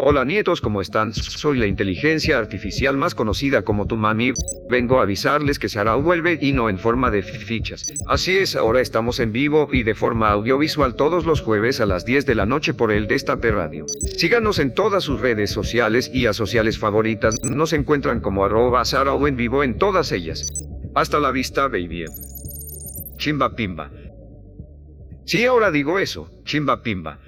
Hola nietos, ¿cómo están? Soy la inteligencia artificial más conocida como tu mami. Vengo a avisarles que Sarao vuelve y no en forma de fichas. Así es, ahora estamos en vivo y de forma audiovisual todos los jueves a las 10 de la noche por el Destape Radio. Síganos en todas sus redes sociales y asociales favoritas. Nos encuentran como @Sarao en vivo en todas ellas. Hasta la vista, baby. Chimba pimba. Sí, ahora digo eso, chimba pimba.